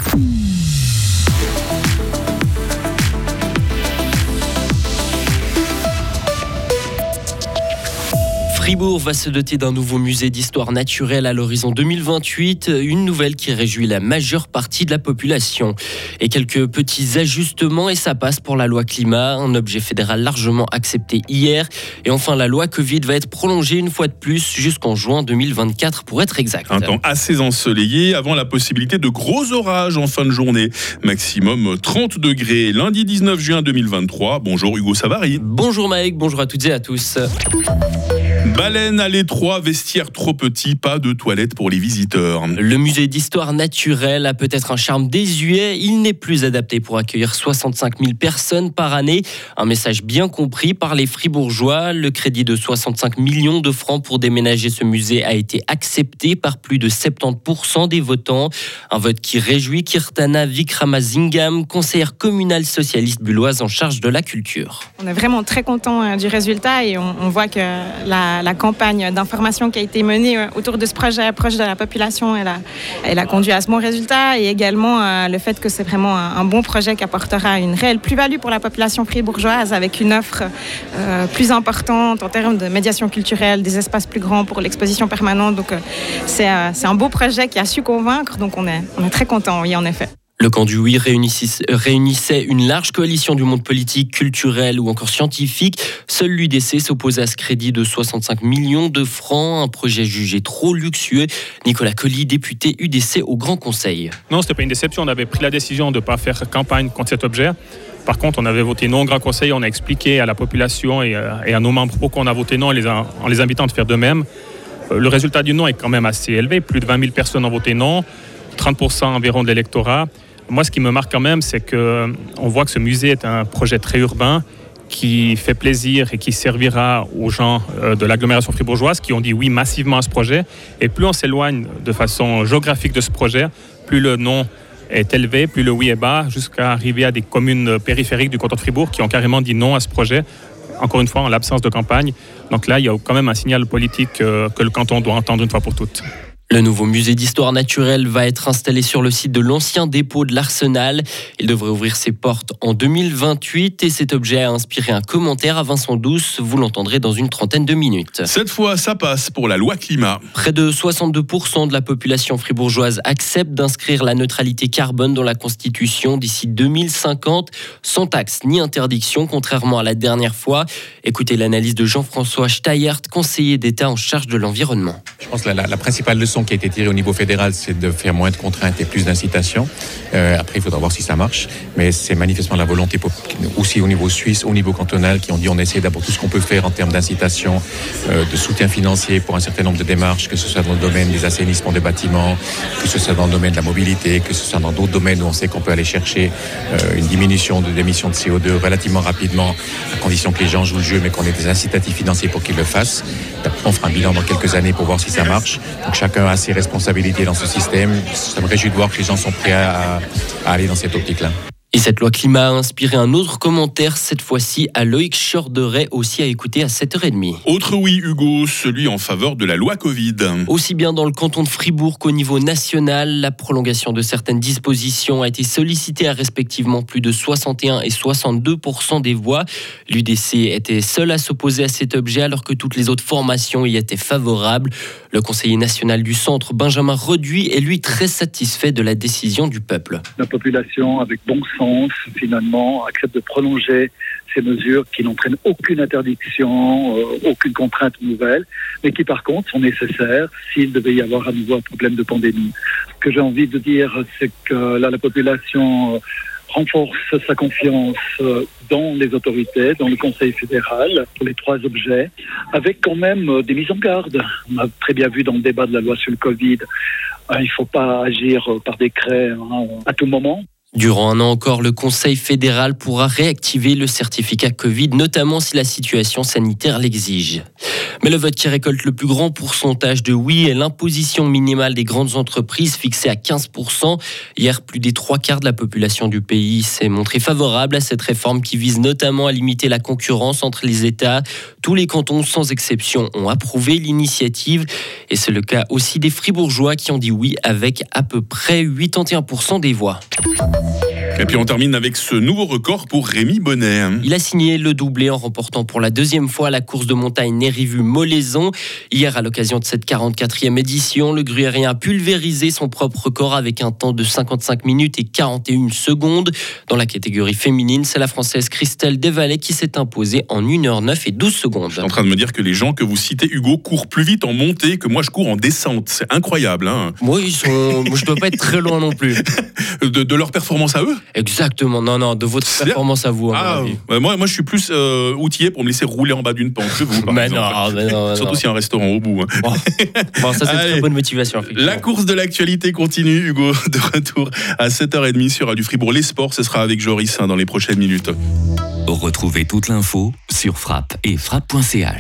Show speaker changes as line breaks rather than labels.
Fribourg va se doter d'un nouveau musée d'histoire naturelle à l'horizon 2028, une nouvelle qui réjouit la majeure partie de la population. Et quelques petits ajustements et ça passe pour la loi climat, un objet fédéral largement accepté hier. Et enfin, la loi Covid va être prolongée une fois de plus jusqu'en juin 2024 pour être exact.
Un temps assez ensoleillé avant la possibilité de gros orages en fin de journée. Maximum 30 degrés lundi 19 juin 2023. Bonjour Hugo Savary.
Bonjour Mike, bonjour à toutes et à tous.
Baleine à l'étroit, vestiaire trop petit, pas de toilettes pour les visiteurs.
Le musée d'histoire naturelle a peut-être un charme désuet. Il n'est plus adapté pour accueillir 65 000 personnes par année. Un message bien compris par les Fribourgeois. Le crédit de 65 millions de francs pour déménager ce musée a été accepté par plus de 70% des votants. Un vote qui réjouit Kirtana Wickramasingam, conseillère communale socialiste bulloise en charge de la culture.
On est vraiment très contents du résultat et on voit que la campagne d'information qui a été menée autour de ce projet proche de la population, elle a conduit à ce bon résultat et également le fait que c'est vraiment un bon projet qui apportera une réelle plus-value pour la population fribourgeoise avec une offre plus importante en termes de médiation culturelle, des espaces plus grands pour l'exposition permanente. Donc c'est un beau projet qui a su convaincre, donc on est très contents, oui, en effet.
Le camp du oui réunissait une large coalition du monde politique, culturel ou encore scientifique. Seul l'UDC s'opposait à ce crédit de 65 millions de francs, un projet jugé trop luxueux. Nicolas Colli, député UDC au Grand Conseil.
Non, ce n'était pas une déception. On avait pris la décision de ne pas faire campagne contre cet objet. Par contre, on avait voté non au Grand Conseil. On a expliqué à la population et à nos membres pourquoi on a voté non en les invitant de faire de même. Le résultat du non est quand même assez élevé. Plus de 20 000 personnes ont voté non, 30% environ de l'électorat. Moi, ce qui me marque quand même, c'est qu'on voit que ce musée est un projet très urbain qui fait plaisir et qui servira aux gens de l'agglomération fribourgeoise qui ont dit oui massivement à ce projet. Et plus on s'éloigne de façon géographique de ce projet, plus le non est élevé, plus le oui est bas, jusqu'à arriver à des communes périphériques du canton de Fribourg qui ont carrément dit non à ce projet, encore une fois en l'absence de campagne. Donc là, il y a quand même un signal politique que le canton doit entendre une fois pour toutes.
Le nouveau musée d'histoire naturelle va être installé sur le site de l'ancien dépôt de l'Arsenal. Il devrait ouvrir ses portes en 2028 et cet objet a inspiré un commentaire à Vincent Douce. Vous l'entendrez dans une trentaine de minutes.
Cette fois, ça passe pour la loi climat.
Près de 62% de la population fribourgeoise accepte d'inscrire la neutralité carbone dans la Constitution d'ici 2050, sans taxe ni interdiction, contrairement à la dernière fois. Écoutez l'analyse de Jean-François Steyert, conseiller d'État en charge de l'environnement.
Je pense que la principale leçon qui a été tirée au niveau fédéral, c'est de faire moins de contraintes et plus d'incitations. Après, il faudra voir si ça marche. Mais c'est manifestement la volonté aussi au niveau suisse, au niveau cantonal, qui ont dit on essaie d'abord tout ce qu'on peut faire en termes d'incitation, de soutien financier pour un certain nombre de démarches, que ce soit dans le domaine des assainissements des bâtiments, que ce soit dans le domaine de la mobilité, que ce soit dans d'autres domaines où on sait qu'on peut aller chercher une diminution de l'émission de CO2 relativement rapidement, à condition que les gens jouent le jeu, mais qu'on ait des incitatifs financiers pour qu'ils le fassent. On fera un bilan dans quelques années pour voir si ça marche. Donc chacun a ses responsabilités dans ce système. Ça me réjouit de voir que les gens sont prêts à aller dans cette optique-là.
Et cette loi climat a inspiré un autre commentaire, cette fois-ci à Loïc Chorderet, aussi à écouter à 7h30.
Autre oui, Hugo, celui en faveur de la loi Covid.
Aussi bien dans le canton de Fribourg qu'au niveau national, la prolongation de certaines dispositions a été sollicitée à respectivement plus de 61 et 62% des voix. L'UDC était seul à s'opposer à cet objet alors que toutes les autres formations y étaient favorables. Le conseiller national du centre, Benjamin Reduit, est lui très satisfait de la décision du peuple.
La population, avec bon sens, finalement, accepte de prolonger ces mesures qui n'entraînent aucune interdiction, aucune contrainte nouvelle, mais qui par contre sont nécessaires s'il devait y avoir à nouveau un problème de pandémie. Ce que j'ai envie de dire, c'est que là, la population renforce sa confiance dans les autorités, dans le Conseil fédéral, pour les trois objets, avec quand même des mises en garde. On a très bien vu dans le débat de la loi sur le Covid, il ne faut pas agir par décret à tout moment.
Durant un an encore, le Conseil fédéral pourra réactiver le certificat Covid, notamment si la situation sanitaire l'exige. Mais le vote qui récolte le plus grand pourcentage de oui est l'imposition minimale des grandes entreprises fixée à 15%. Hier, plus des 3/4 de la population du pays s'est montrée favorable à cette réforme qui vise notamment à limiter la concurrence entre les États. Tous les cantons, sans exception, ont approuvé l'initiative. Et c'est le cas aussi des Fribourgeois qui ont dit oui avec à peu près 81% des voix.
Et puis on termine avec ce nouveau record pour Rémi Bonnet.
Il a signé le doublé en remportant pour la deuxième fois la course de montagne Nérivu-Molaison. Hier, à l'occasion de cette 44e édition, le gruyérien a pulvérisé son propre record avec un temps de 55 minutes et 41 secondes. Dans la catégorie féminine, c'est la Française Christelle Desvalais qui s'est imposée en 1h09 et 12 secondes.
Je suis en train de me dire que les gens que vous citez, Hugo, courent plus vite en montée que moi je cours en descente. C'est incroyable. Hein.
Moi, je dois pas être très loin non plus.
De leur performance à eux ?
Exactement, non, de votre performance à vous.
Moi, je suis plus outillé pour me laisser rouler en bas d'une pente que vous.
Mais non,
surtout s'il y a un restaurant au bout.
Bon, ça c'est une très bonne motivation.
La course de l'actualité continue, Hugo, de retour à 7h30 sur Radio Fribourg. Les sports, ce sera avec Joris dans les prochaines minutes.
Retrouvez toute l'info sur Frappe et frappe.ch.